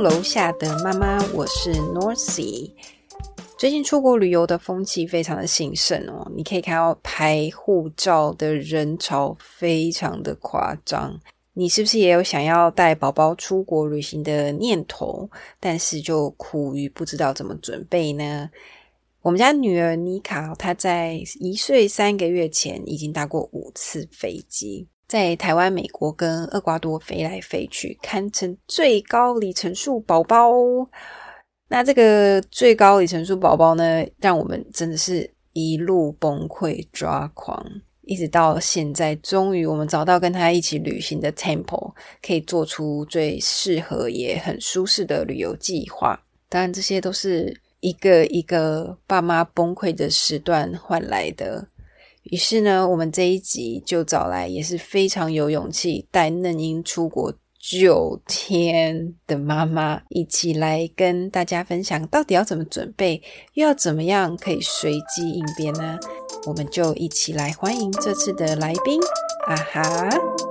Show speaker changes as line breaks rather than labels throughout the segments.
楼下的妈妈，我是 Norcy。最近出国旅游的风气非常的兴盛哦，你可以看到排护照的人潮非常的夸张。你是不是也有想要带宝宝出国旅行的念头，但是就苦于不知道怎么准备呢？我们家女儿妮卡，她在1岁3个月前已经搭过5次飞机，在台湾、美国跟厄瓜多飞来飞去，堪称最高里程数宝宝。那这个最高里程数宝宝呢，让我们真的是一路崩溃抓狂，一直到现在终于我们找到跟他一起旅行的 tempo， 可以做出最适合也很舒适的旅游计划。当然这些都是一个一个爸妈崩溃的时段换来的。于是呢，我们这一集就找来也是非常有勇气带嫩婴出国9天的妈妈，一起来跟大家分享到底要怎么准备，又要怎么样可以随机应变呢？我们就一起来欢迎这次的来宾啊哈。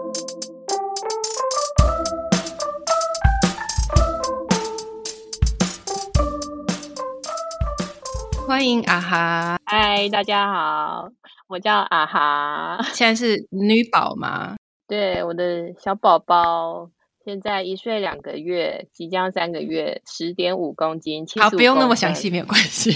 欢迎啊哈。
嗨，大家好，我叫啊哈。
现在是女宝吗？
对，我的小宝宝现在1岁2个月，即将3个月，10.5公斤，75公分。
好，不用那么详细，没有关系。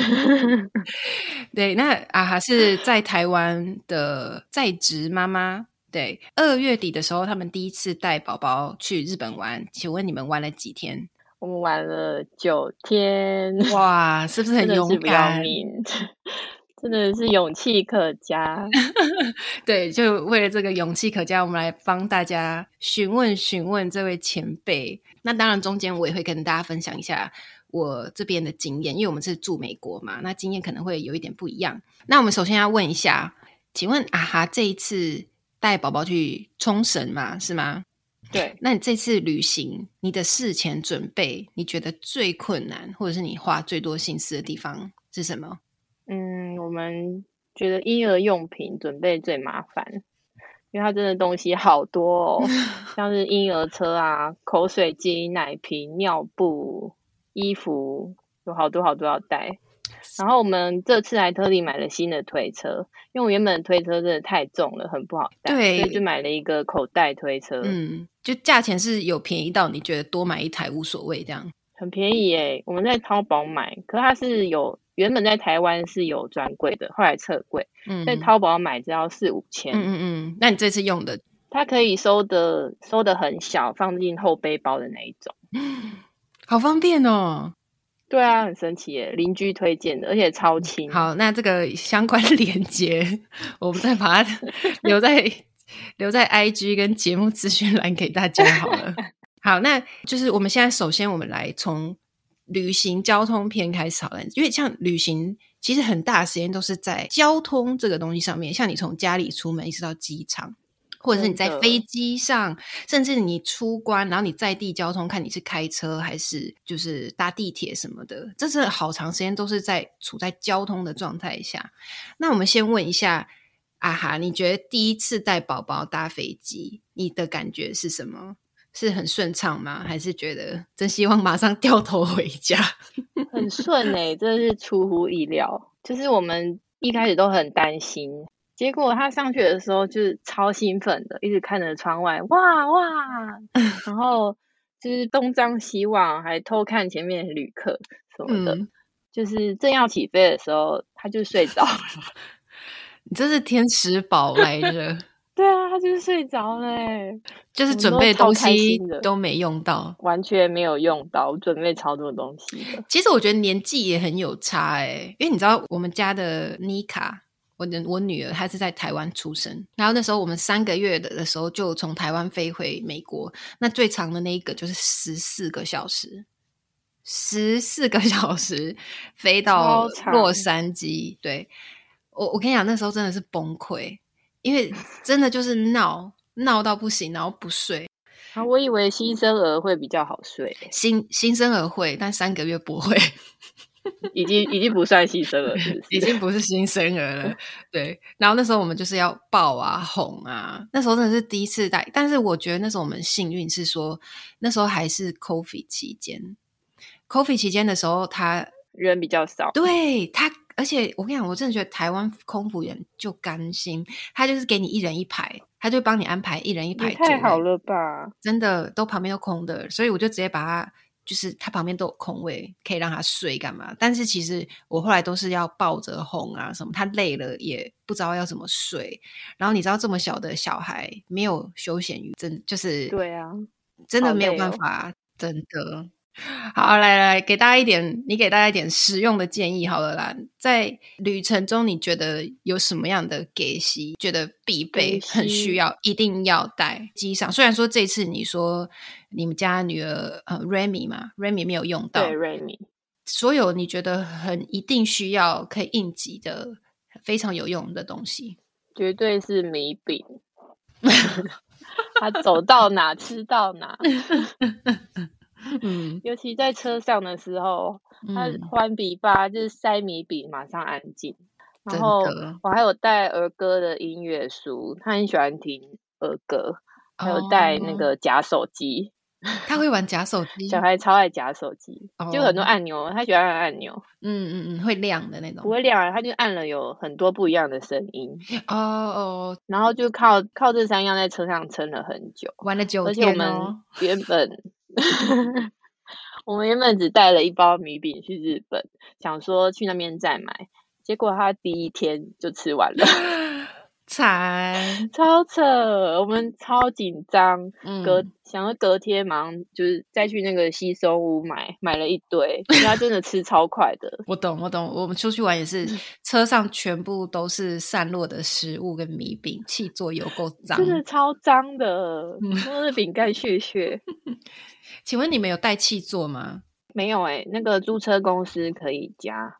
对，那啊哈是在台湾的在职妈妈。对，2月底的时候，他们第一次带宝宝去日本玩，请问你们玩了几天？
我们玩了9天。
哇，是不是很勇敢？
真的是不要命。真的是勇气可嘉。
对，就为了这个勇气可嘉，我们来帮大家询问这位前辈。那当然中间我也会跟大家分享一下我这边的经验，因为我们是住美国嘛，那经验可能会有一点不一样。那我们首先要问一下，请问啊哈这一次带宝宝去冲绳嘛，是吗？
对。
那你这次旅行你的事前准备你觉得最困难或者是你花最多心思的地方是什么？
我们觉得婴儿用品准备最麻烦，因为它真的东西好多哦。像是婴儿车啊、口水巾、奶瓶、尿布、衣服，有好多好多要带。然后我们这次还特地买了新的推车，因为我原本的推车真的太重了，很不好带，
对，
所以就买了一个口袋推车。
就价钱是有便宜到你觉得多买一台无所谓这样？
很便宜耶，我们在淘宝买，可它是有原本在台湾是有专柜的，后来撤柜，在淘宝买只要4-5千。
那你这次用的？
它可以收得很小，放进后背包的那一种。
好方便哦。
对啊，很神奇耶，邻居推荐的，而且超轻。
好，那这个相关连结我们再把它留在 IG 跟节目资讯栏给大家好了。好，那就是我们现在首先我们来从旅行交通篇开始好了，因为像旅行其实很大的时间都是在交通这个东西上面，像你从家里出门一直到机场，或者是你在飞机上，甚至你出关然后你在地交通，看你是开车还是就是搭地铁什么的，这是好长时间都是处在交通的状态下。那我们先问一下啊哈，你觉得第一次带宝宝搭飞机你的感觉是什么？是很顺畅吗？还是觉得真希望马上掉头回家？
很顺耶，真的是出乎意料。就是我们一开始都很担心，结果他上去的时候就是超兴奋的，一直看着窗外，哇哇，然后就是东张西望，还偷看前面的旅客什么的。就是正要起飞的时候，他就睡着了。
你这是天使宝来着。
对啊，他就是睡着了耶，
就是准备的东西都没用到，
完全没有用到，我准备超多东西的。
其实我觉得年纪也很有差因为你知道我们家的妮卡，我女儿她是在台湾出生，然后那时候我们3个月的时候就从台湾飞回美国，那最长的那一个就是14个小时，14个小时飞到洛杉矶。对，我跟你讲那时候真的是崩溃，因为真的就是闹到不行，然后不睡。
我以为新生儿会比较好睡。
新生儿会，但3个月不会。
已经不算新生儿，是不是？
已经不是新生儿了。对，然后那时候我们就是要抱啊哄啊，那时候真的是第一次带，但是我觉得那时候我们幸运是说那时候还是 COVID 期间，COVID 期间的时候他
人比较少，
对他，而且我跟你讲，我真的觉得台湾空服员就甘心，他就是给你一人一排，他就帮你安排一人一排
也
座位，
太好了吧？
真的都旁边都空的，所以我就直接把他，就是他旁边都有空位，可以让他睡干嘛。但是其实我后来都是要抱着哄啊什么，他累了也不知道要怎么睡。然后你知道这么小的小孩没有休闲娱，真就是
对啊，
真的没有办法，真的。好，来给大家你给大家一点实用的建议好了啦。在旅程中，你觉得有什么样的给息？觉得必备、很需要、一定要带机上？虽然说这次你说你们家女儿Remy 嘛 ，Remy 没有用到，
对 Remy，
所有你觉得很一定需要、可以应急的、非常有用的东西，
绝对是米饼。他走到哪吃到哪。尤其在车上的时候，他换笔吧就是塞米饼马上安静。然后我还有带儿歌的音乐书，他很喜欢听儿歌，还有带那个夹手机。
他会玩夹手机，
小孩超爱夹手机，就很多按钮，他喜欢按按钮。
会亮的那种。
不会亮，他就按了有很多不一样的声音。然后就靠这3样在车上撑了很久，
玩了9天哦。
而且我们原本我们原本只带了1包米饼去日本，想说去那边再买，结果他第1天就吃完了。
惨，
超扯，我们超紧张。想要隔天马上就是再去那个西松屋买了一堆，因为他真的吃超快的。
我懂，我们出去玩也是，车上全部都是散落的食物跟米饼，气座有够脏，
真的超脏的，都是饼干屑屑。
请问你们有带气座吗？
没有那个租车公司可以加。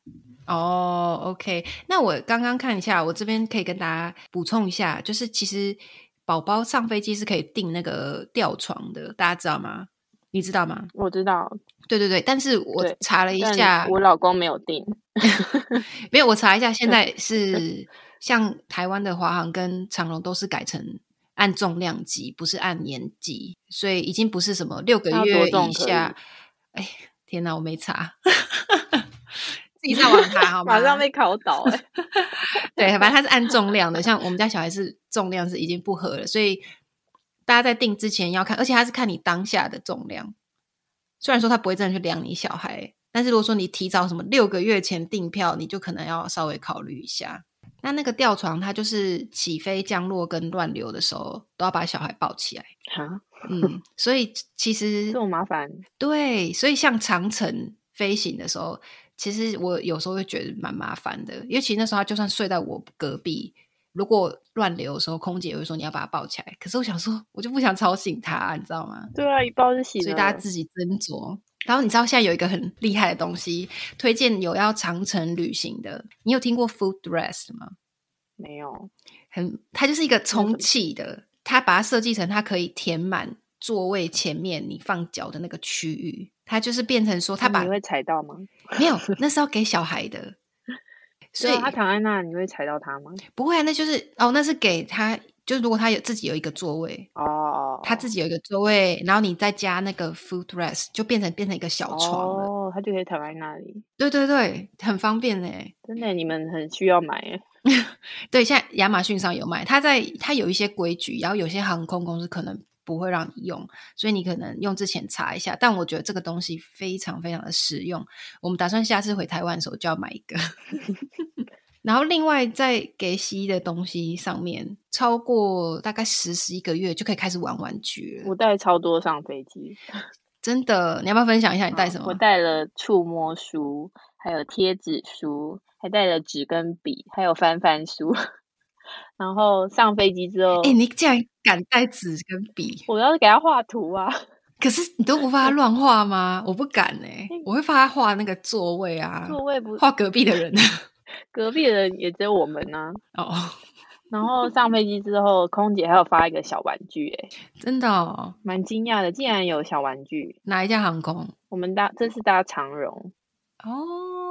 OK， 那我刚刚看一下，我这边可以跟大家补充一下，就是其实宝宝上飞机是可以订那个吊床的，大家知道吗？你知道吗？
我知道。
对，但是我查了一下，
我老公没有订。
没有，我查一下，现在是像台湾的华航跟长荣都是改成按重量计，不是按年计，所以已经不是什么6个月以下。哎，天哪，我没查。自己上网查好吗？
马上被考倒
对，反正它是按重量的，像我们家小孩是重量是已经不合了，所以大家在订之前要看，而且它是看你当下的重量。虽然说它不会真的去量你小孩，但是如果说你提早什么6个月前订票，你就可能要稍微考虑一下。那个吊床它就是起飞降落跟乱流的时候都要把小孩抱起来。所以其实
这么麻烦。
对，所以像长程飞行的时候，其实我有时候会觉得蛮麻烦的，因为其实那时候他就算睡在我隔壁，如果乱流的时候，空姐也会说你要把他抱起来，可是我想说我就不想吵醒他，你知道吗？
对啊，一抱就醒了，
所以大家自己斟酌。然后你知道现在有一个很厉害的东西，推荐有要长程旅行的，你有听过 footrest 吗？
没有。
它就是一个充气的，它把它设计成它可以填满座位前面你放脚的那个区域，它就是变成说它把
你会踩到吗？
没有，那是要给小孩的。所以
他躺在那，你会踩到他吗？
不会啊，那就是那是给他，就是如果他自己有一个座位他自己有一个座位，然后你再加那个 footrest， 就变成一个小床了。
他就可以躺在那里。
对，很方便
真的，你们很需要买
对，现在亚马逊上有卖，它有一些规矩，然后有些航空公司可能不会让你用，所以你可能用之前查一下。但我觉得这个东西非常非常的实用，我们打算下次回台湾的时候就要买一个。然后另外在给洗的东西上面，超过大概11个月就可以开始玩玩具了。
我带超多上飞机，
真的。你要不要分享一下你带什么？
我带了触摸书，还有贴纸书，还带了纸跟笔，还有翻翻书。然后上飞机之后，
你竟然敢带纸跟笔？
我要是给他画图啊。
可是你都不怕他乱画吗？我不敢我会怕他画那个座位啊，
座位不
画隔壁的人。
隔壁的人也只有我们啊。然后上飞机之后，空姐还有发一个小玩具
真的
蛮惊讶的，竟然有小玩具。
哪一家航空？
我们这次搭长荣。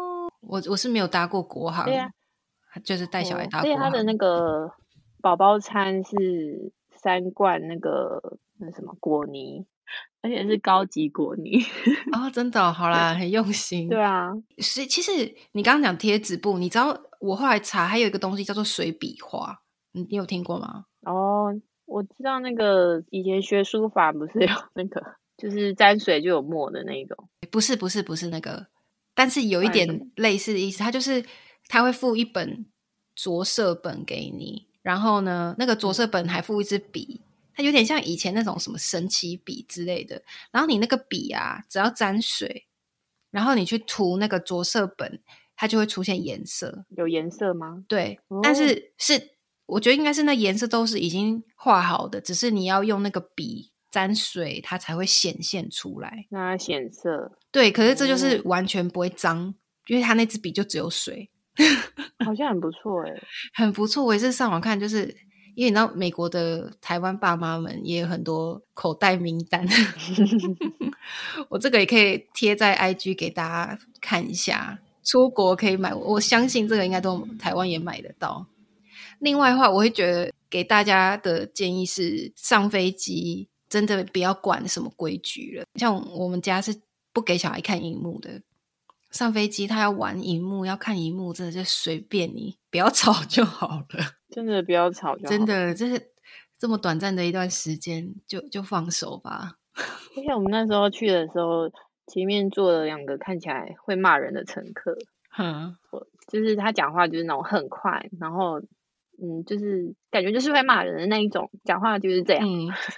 我是没有搭过国航，
对啊，
就是带小孩搭
而且它的
国航。
那个宝宝餐是3罐那什么果泥，而且是高级果泥。
哦，真的好啦，很用心。
对啊，
其实你刚刚讲贴纸布，你知道我后来查还有一个东西叫做水笔画，你有听过吗？
哦，我知道那个以前学书法不是有那个，就是沾水就有墨的那种。
不是那个，但是有一
不然什么
点类似的意思，他会附一本着色本给你，然后呢，那个着色本还附一支笔，它有点像以前那种什么神奇笔之类的。然后你那个笔啊，只要沾水，然后你去涂那个着色本，它就会出现颜色。
有颜色吗？
对，
哦，
但是我觉得应该是那颜色都是已经画好的，只是你要用那个笔沾水，它才会显现出来。
那它显色，
对，可是这就是完全不会脏，因为它那支笔就只有水，
好像很不错诶。
很不错。我也是上网看，就是因为你知道美国的台湾爸妈们也有很多口袋名单，我这个也可以贴在 IG 给大家看一下，出国可以买，我相信这个应该都台湾也买得到。另外的话，我会觉得给大家的建议是，上飞机真的不要管什么规矩了。像我们家是不给小孩看荧幕的，上飞机他要玩荧幕要看荧幕，真的就随便你，不要吵就好了。
真的不要吵就好。
真的，就是这么短暂的一段时间，就放手吧。
而且我们那时候去的时候，前面坐了2个看起来会骂人的乘客，就是他讲话就是那种很快，然后就是感觉就是会骂人的那一种，讲话就是这样。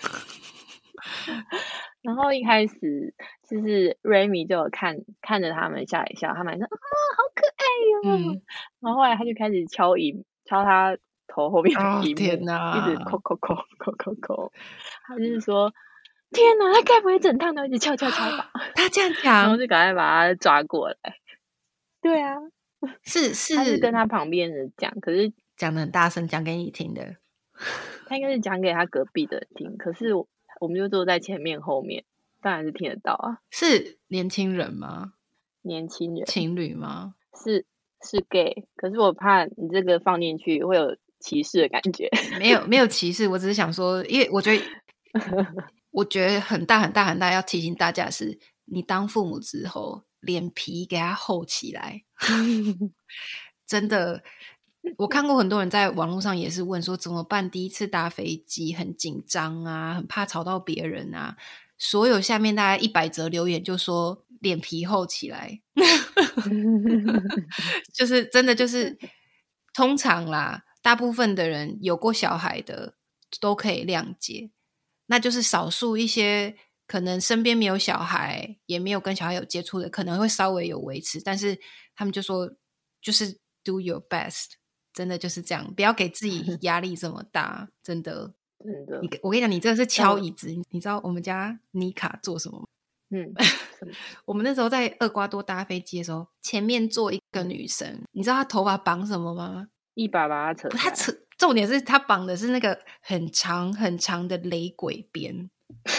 然后一开始就是 Remy 就有看着他们笑一笑，他们说好可爱哟。然后后来他就开始敲他头后面的荧幕，
天哪，
一直扣，他就是说天哪，他该不会整趟都一直敲吧？
他这样
然后
讲，
就赶快把他抓过来。对啊，
是
他是跟他旁边人讲，可是
讲得很大声，讲给你听的。
他应该是讲给他隔壁的人听，可是我们就坐在前面后面，当然是听得到啊。
是年轻人吗？
年轻人，
情侣吗？
是 gay， 可是我怕你这个放进去会有歧视的感觉。
没有歧视，我只是想说，因为我觉得很大很大很大要提醒大家的是，你当父母之后，脸皮给他厚起来。真的，我看过很多人在网络上也是问说怎么办，第一次搭飞机很紧张啊，很怕吵到别人啊。所有下面大概100则留言就说脸皮厚起来。就是真的就是通常啦，大部分的人有过小孩的都可以谅解，那就是少数一些可能身边没有小孩也没有跟小孩有接触的，可能会稍微有维持，但是他们就说就是 do your best， 真的就是这样，不要给自己压力这么大。真的我跟你讲，你这个是敲椅子。你知道我们家妮卡做什么吗？我们那时候在厄瓜多搭飞机的时候，前面坐一个女生，你知道她头发绑什么吗？
一把把她扯下来。
重点是她绑的是那个很长很长的雷鬼辫。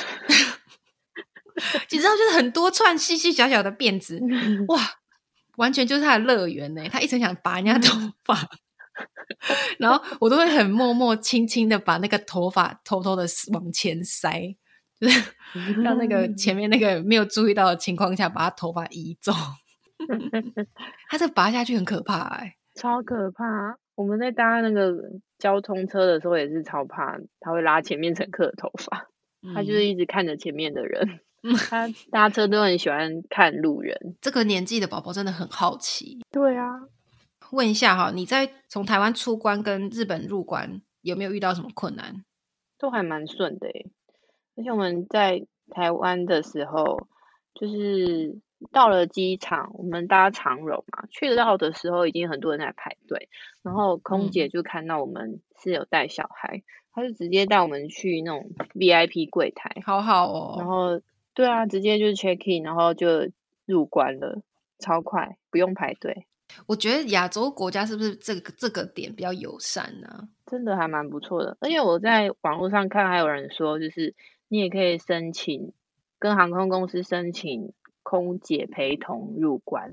你知道就是很多串细细小小的辫子，哇，完全就是她的乐园耶。她一直想拔人家头发。然后我都会很默默轻轻的把那个头发偷偷的往前塞，就是让那个前面那个没有注意到的情况下把他头发移走。他这拔下去很可怕耶。
超可怕。我们在搭那个交通车的时候也是超怕，他会拉前面乘客的头发。他就是一直看着前面的人。他搭车都很喜欢看路人。
这个年纪的宝宝真的很好奇。
对啊，
问一下哈，你在从台湾出关跟日本入关有没有遇到什么困难？
都还蛮顺的耶。而且我们在台湾的时候，就是到了机场，我们搭长荣嘛，去到的时候已经很多人在排队，然后空姐就看到我们是有带小孩，她就直接带我们去那种 VIP 柜台。
好好哦。
然后对啊，直接就是 check in， 然后就入关了，超快，不用排队。
我觉得亚洲国家是不是这个点比较友善呢？
真的还蛮不错的。而且我在网络上看还有人说，就是你也可以申请跟航空公司申请空姐陪同入关。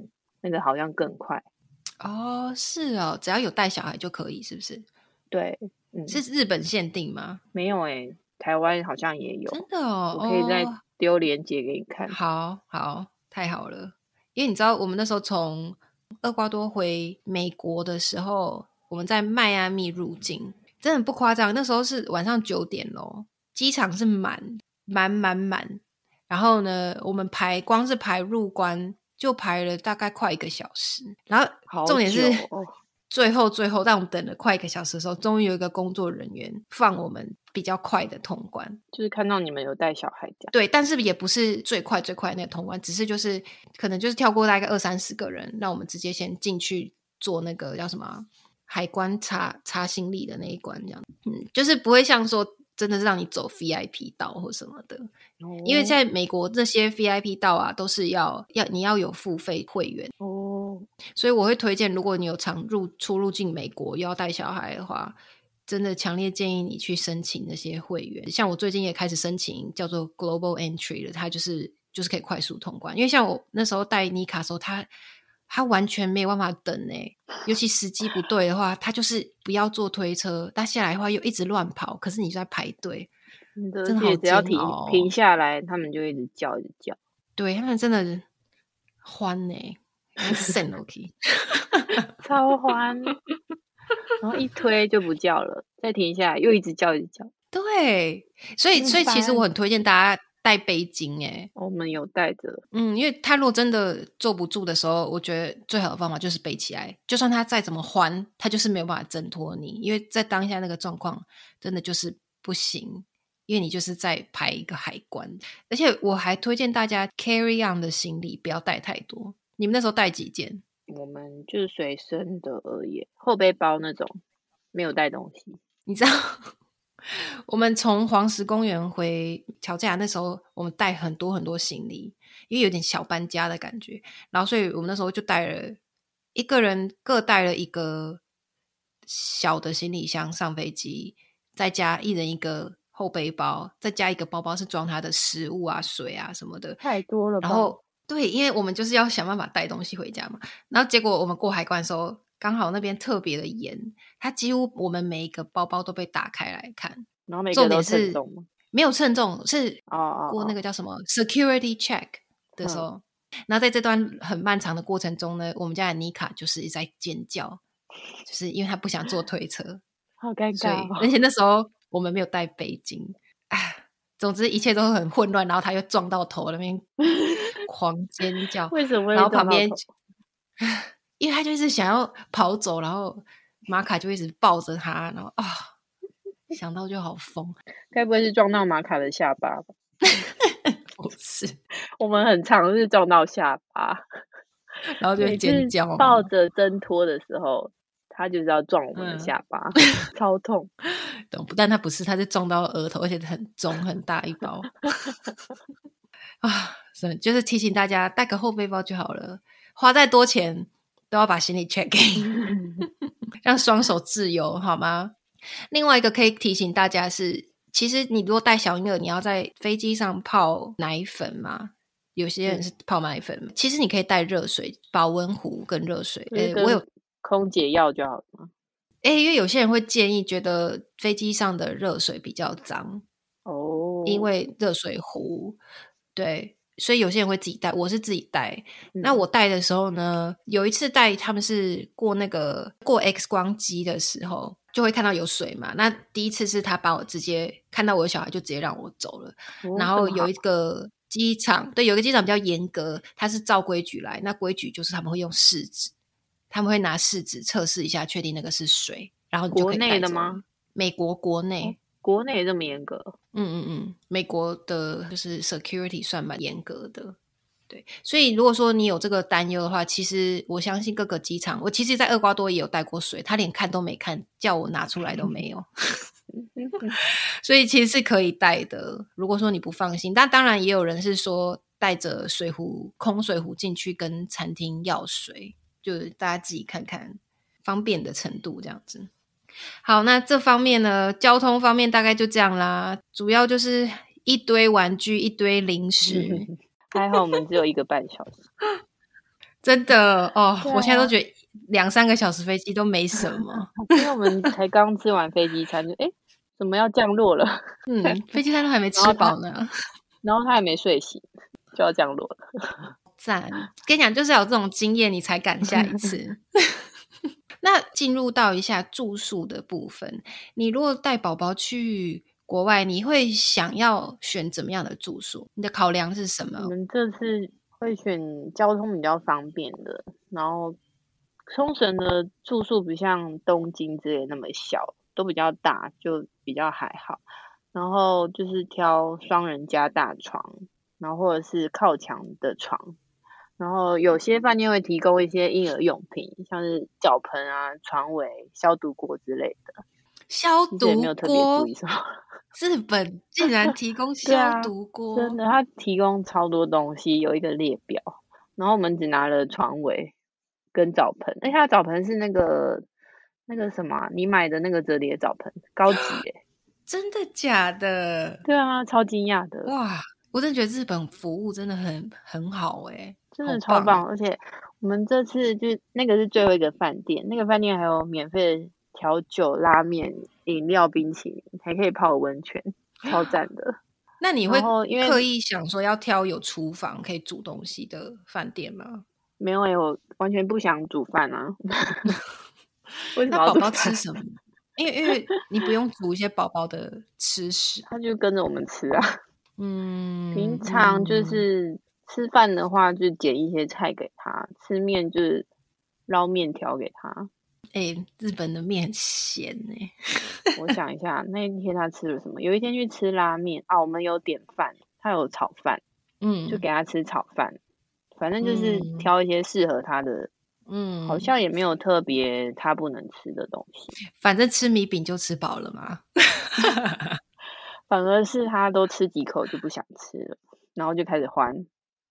那个好像更快。
哦，是哦，只要有带小孩就可以，是不是？
对，
是日本限定吗？
没有台湾好像也有。
真的哦，
我可以再丢链接给你看。
好，太好了。因为你知道我们那时候从厄瓜多回美国的时候，我们在迈阿密入境，真的不夸张，那时候是晚上9点咯，机场是满，然后呢我们光是排入关就排了大概快1个小时，然后重点是最后让我们等了快1个小时的时候，终于有一个工作人员放我们比较快的通关，
就是看到你们有带小孩这样。
对，但是也不是最快那个通关，只是就是可能就是跳过大概20-30个人，让我们直接先进去做那个叫什么海关查行李的那一关这样。就是不会像说真的是让你走 VIP 道或什么的。因为在美国这些 VIP 道啊都是你要有付费会员所以我会推荐，如果你有出入境美国又要带小孩的话，真的强烈建议你去申请那些会员。像我最近也开始申请叫做 Global Entry 了，它就是可以快速通关。因为像我那时候带妮卡的时候，他完全没有办法等尤其时机不对的话，他就是不要坐推车，他下来的话又一直乱跑，可是你就在排队，真的好煎熬
只要停下来，他们就一直叫。
对，他们真的欢神OK
超欢然后一推就不叫了，再停下来又一直叫。
对，所以其实我很推荐大家带背巾
我们有带着。
因为他如果真的坐不住的时候，我觉得最好的方法就是背起来，就算他再怎么欢，他就是没有办法挣脱你，因为在当下那个状况真的就是不行，因为你就是在排一个海关。而且我还推荐大家 carry on 的行李不要带太多。你们那时候带几件？
我们就是随身的而已，后背包那种，没有带东西。
你知道我们从黄石公园回乔治亚那时候，我们带很多行李，因为有点小搬家的感觉，然后所以我们那时候就带了一个人各带了一个小的行李箱上飞机，再加一人一个后背包，再加一个包包是装他的食物啊水啊什么的，
太多了吧。
然后对，因为我们就是要想办法带东西回家嘛，然后结果我们过海关的时候刚好那边特别的严，它几乎我们每一个包包都被打开来看，
然后每个都称重吗？
没有称重，是过那个叫什么 security check 的时候，然后在这段很漫长的过程中呢，我们家的妮卡就是一直在尖叫，就是因为她不想坐推车，
好尴尬
而且那时候我们没有带背巾，总之一切都很混乱，然后她又撞到头那边狂尖叫
为什么会
然后旁边因为她就一直想要跑走，然后玛卡就一直抱着她，然后想到就好疯。
该不会是撞到玛卡的下巴吧？
不是，
我们很常是撞到下巴，
然后就尖叫。
抱着挣脱的时候，他就是要撞我们的下巴，超痛。
懂，但他不是，他是撞到额头，而且很重很大一包就是提醒大家带个后背包就好了，花再多钱都要把行李 check in 让双手自由好吗？另外一个可以提醒大家是，其实你如果带小婴儿，你要在飞机上泡奶粉嘛，有些人是泡奶粉其实你可以带热水保温壶跟热水
我有空姐要就好了吗？
因为有些人会建议觉得飞机上的热水比较脏因为热水壶对，所以有些人会自己带，我是自己带那我带的时候呢，有一次带他们是过 X 光机的时候就会看到有水嘛，那第一次是他把我直接看到我的小孩就直接让我走了然后有一个机场对，有一个机场比较严格，他是照规矩来，那规矩就是他们会用试纸，他们会拿试纸测试一下确定那个是水，然后你就可以带走。国内的吗？美国国内
国内也这么严格？
美国的就是 security 算蛮严格的对，所以如果说你有这个担忧的话，其实我相信各个机场，我其实在厄瓜多也有带过水，他连看都没看，叫我拿出来都没有所以其实是可以带的，如果说你不放心。但当然也有人是说带着空水壶进去跟餐厅要水，就是大家自己看看方便的程度这样子。好，那这方面呢，交通方面大概就这样啦，主要就是一堆玩具一堆零食
还好我们只有1个半小时
真的哦，
对啊
我现在都觉得2-3个小时飞机都没什么。
因为我们才刚吃完飞机餐，就怎么要降落了？
飞机餐都还没吃饱呢。
然后他还没睡醒，就要降落了。
赞，跟你讲，就是要有这种经验，你才敢下一次。那进入到一下住宿的部分，你如果带宝宝去国外，你会想要选怎么样的住宿？你的考量是什
我
么？
们这次会选交通比较方便的，然后冲绳的住宿不像东京之类那么小，都比较大，就比较还好。然后就是挑双人加大床，然后或者是靠墙的床。然后有些饭店会提供一些婴儿用品，像是脚盆啊、床围、消毒锅之类的。
消
其实也没有
毒
特别注
锅，
意什么。
日本竟然提供
对
消
啊，
毒锅，
真的，它提供超多东西，有一个列表。然后我们只拿了床围跟澡盆，它的澡盆是那个什么你买的那个折叠澡盆，高级耶。
真的假的？
对啊，超惊讶的。
哇，我真的觉得日本服务真的很好耶，
真
好棒。
的超棒。而且我们这次就那个是最后一个饭店，那个饭店还有免费的调酒、拉面、饮料、冰淇淋，还可以泡温泉，超赞的。
那你会
然后因为
刻意想说要挑有厨房可以煮东西的饭店吗？
没有我完全不想煮饭啊。为什么
那宝宝
要煮饭？
吃什么？因为你不用煮一些宝宝的吃食。
他就跟着我们吃啊。平
嗯，
常就是吃饭的话，就捡一些菜给他；吃面就是捞面条给他。
日本的面很咸欸。
我想一下，那一天他吃了什么？有一天去吃拉面啊，我们有点饭，他有炒饭，就给他吃炒饭。反正就是挑一些适合他的，好像也没有特别他不能吃的东西。
反正吃米饼就吃饱了嘛。
反而是他都吃几口就不想吃了，然后就开始欢。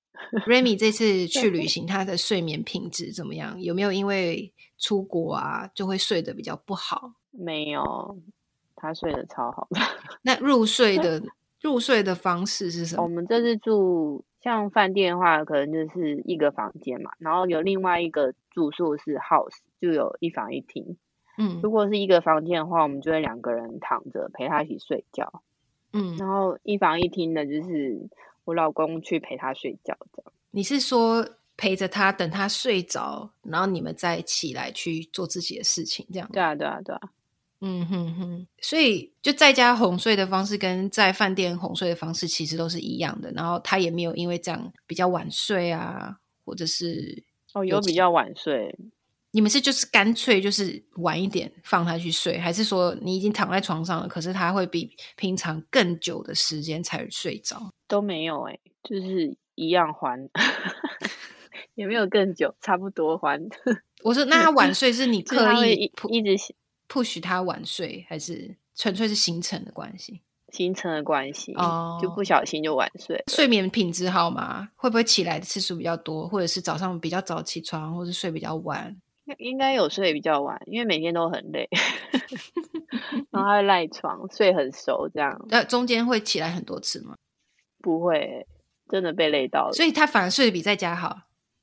Remy 这次去旅行，他的睡眠品质怎么样？有没有因为出国啊就会睡得比较不好？
没有，他睡得超好的。
那入睡的方式是什么？
我们这次住像饭店的话，可能就是一个房间嘛，然后有另外一个住宿是 house， 就有一房一厅。如果是一个房间的话，我们就会2个人躺着陪他一起睡觉。然后一房一厅的就是我老公去陪他睡觉这样。
你是说陪着他等他睡着，然后你们再起来去做自己的事情这样吗？
对啊对啊对啊。
所以就在家哄睡的方式跟在饭店哄睡的方式其实都是一样的，然后他也没有因为这样比较晚睡啊，或者是
有比较晚睡。
你们是就是干脆就是晚一点放他去睡，还是说你已经躺在床上了，可是他会比平常更久的时间才睡着？
都没有就是一样还。也没有更久，差不多还。
我说那他晚睡是你刻意
一直
push 他晚睡，还是纯粹是行程的关系？
行程的关系就不小心就晚睡。
睡眠品质好吗？会不会起来的次数比较多，或者是早上比较早起床，或是睡比较晚？
应该有睡比较晚，因为每天都很累。然后他会赖床，睡很熟这样。
中间会起来很多次吗？
不会，真的被累到了。
所以他反而睡得比在家好。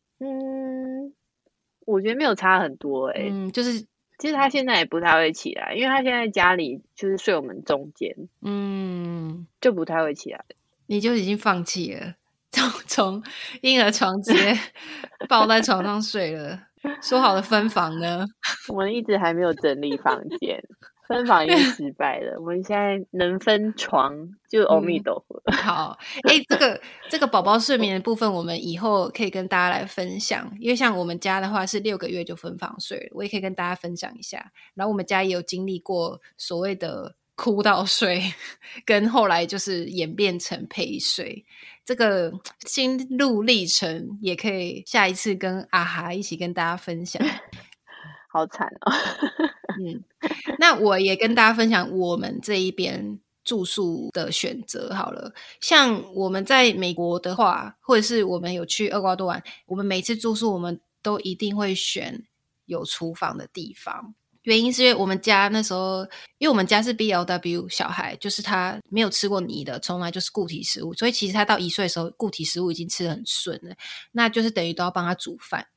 我觉得没有差很多
就是
其实他现在也不太会起来，因为他现在家里就是睡我们中间，就不太会起来。
你就已经放弃了，从婴儿床直接抱在床上睡了。说好的分房呢？
我们一直还没有整理房间。分房已经失败了，我们现在能分床就阿弥陀佛。
好，这个宝宝睡眠的部分，我们以后可以跟大家来分享。因为像我们家的话是6个月就分房睡了，我也可以跟大家分享一下。然后我们家也有经历过所谓的哭到睡，跟后来就是演变成陪睡，这个心路历程也可以下一次跟阿哈一起跟大家分享。
好惨哦。
那我也跟大家分享我们这一边住宿的选择好了。像我们在美国的话，或者是我们有去厄瓜多玩，我们每次住宿我们都一定会选有厨房的地方。原因是因为我们家那时候，因为我们家是 BLW 小孩，就是他没有吃过泥的，从来就是固体食物，所以其实他到1岁的时候固体食物已经吃得很顺了，那就是等于都要帮他煮饭。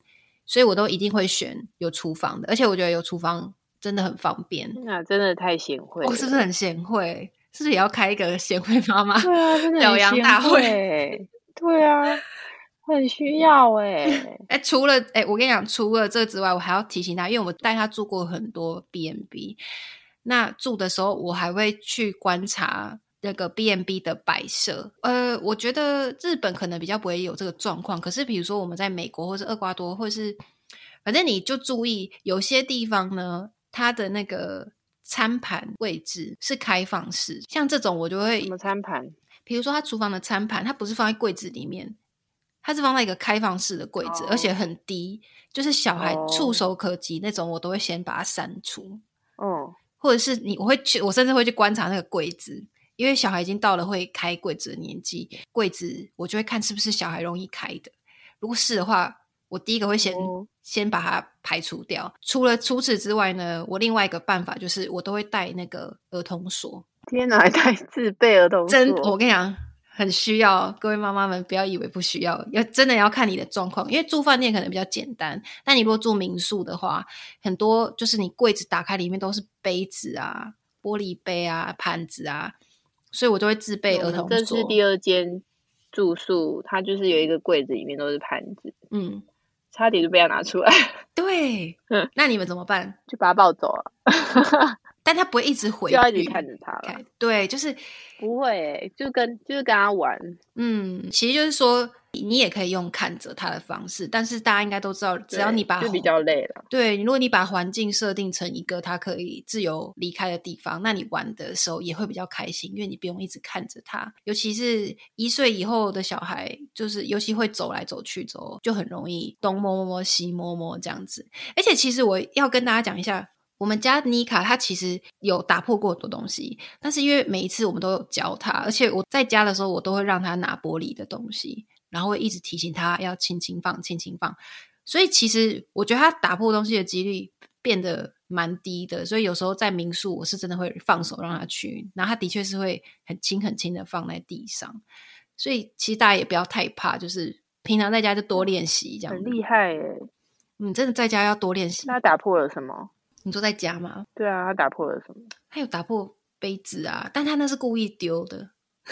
所以我都一定会选有厨房的，而且我觉得有厨房真的很方便。
那真的太贤惠了，
是不是很贤惠？是不是也要开一个贤惠妈妈
对啊，真的
表扬大会？
对啊，很需要
除了我跟你讲，除了这个之外，我还要提醒他，因为我带他住过很多 B&B， 那住的时候我还会去观察那个 B&B 的摆设。我觉得日本可能比较不会有这个状况，可是比如说我们在美国或是厄瓜多，或是反正你就注意有些地方呢，它的那个餐盘位置是开放式，像这种我就会
什么餐盘？
比如说他厨房的餐盘，它不是放在柜子里面，它是放在一个开放式的柜子，而且很低，就是小孩触手可及那种，我都会先把它删除。或者是我甚至会去观察那个柜子，因为小孩已经到了会开柜子的年纪，柜子我就会看是不是小孩容易开的，如果是的话，我第一个会先把它排除掉。除此之外呢，我另外一个办法就是我都会带那个儿童锁。
天哪，还带自备儿童锁？
我跟你讲，很需要，各位妈妈们不要以为不需要，真的要看你的状况。因为住饭店可能比较简单，但你如果住民宿的话，很多就是你柜子打开里面都是杯子啊、玻璃杯啊、盘子啊，所以我就会自备儿童锁。
这是第二间住宿，它就是有一个柜子里面都是盘子，差点就被他拿出来。
对，那你们怎么办？
就把他抱走了。
但他不会一直回去，
就要一直看着他了。
对，就是
不会就是跟他玩。
其实就是说你也可以用看着他的方式，但是大家应该都知道，只要你把
就比较累了。
对，如果你把环境设定成一个他可以自由离开的地方，那你玩的时候也会比较开心，因为你不用一直看着他。尤其是1岁以后的小孩，就是尤其会走来走去之后，就很容易东摸摸摸西摸摸这样子。而且其实我要跟大家讲一下，我们家妮卡她其实有打破过很多东西，但是因为每一次我们都有教她，而且我在家的时候我都会让她拿玻璃的东西，然后会一直提醒她要轻轻放轻轻放，所以其实我觉得她打破东西的几率变得蛮低的。所以有时候在民宿我是真的会放手让她去，然后她的确是会很轻很轻的放在地上，所以其实大家也不要太怕，就是平常在家就多练习这样。
很厉害
真的在家要多练习。
他打破了什么？
你说在家吗？
对啊，他打破了什么？
他有打破杯子啊，但他那是故意丢的。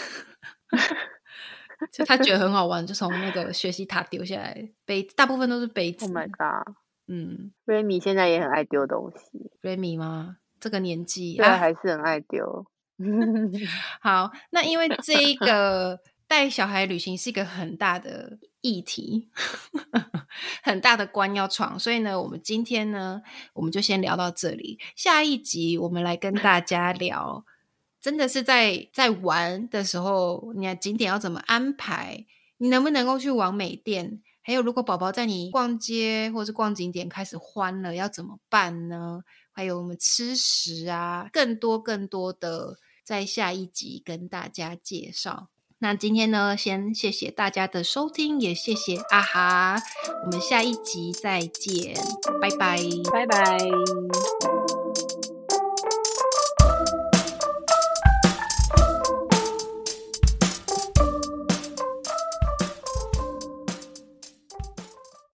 就他觉得很好玩，就从那个学习塔丢下来杯子，大部分都是杯子。
Oh my god。Remy 现在也很爱丢东西。
Remy 吗？这个年纪
对还是很爱丢。
好，那因为这一个带小孩旅行是一个很大的议题很大的关要闯，所以呢我们今天呢我们就先聊到这里，下一集我们来跟大家聊真的是在玩的时候你的景点要怎么安排，你能不能够去网美店，还有如果宝宝在你逛街或是逛景点开始欢了要怎么办呢，还有我们吃食啊，更多的在下一集跟大家介绍。那今天呢先谢谢大家的收听，也谢谢阿哈，我们下一集再见，拜拜
拜拜。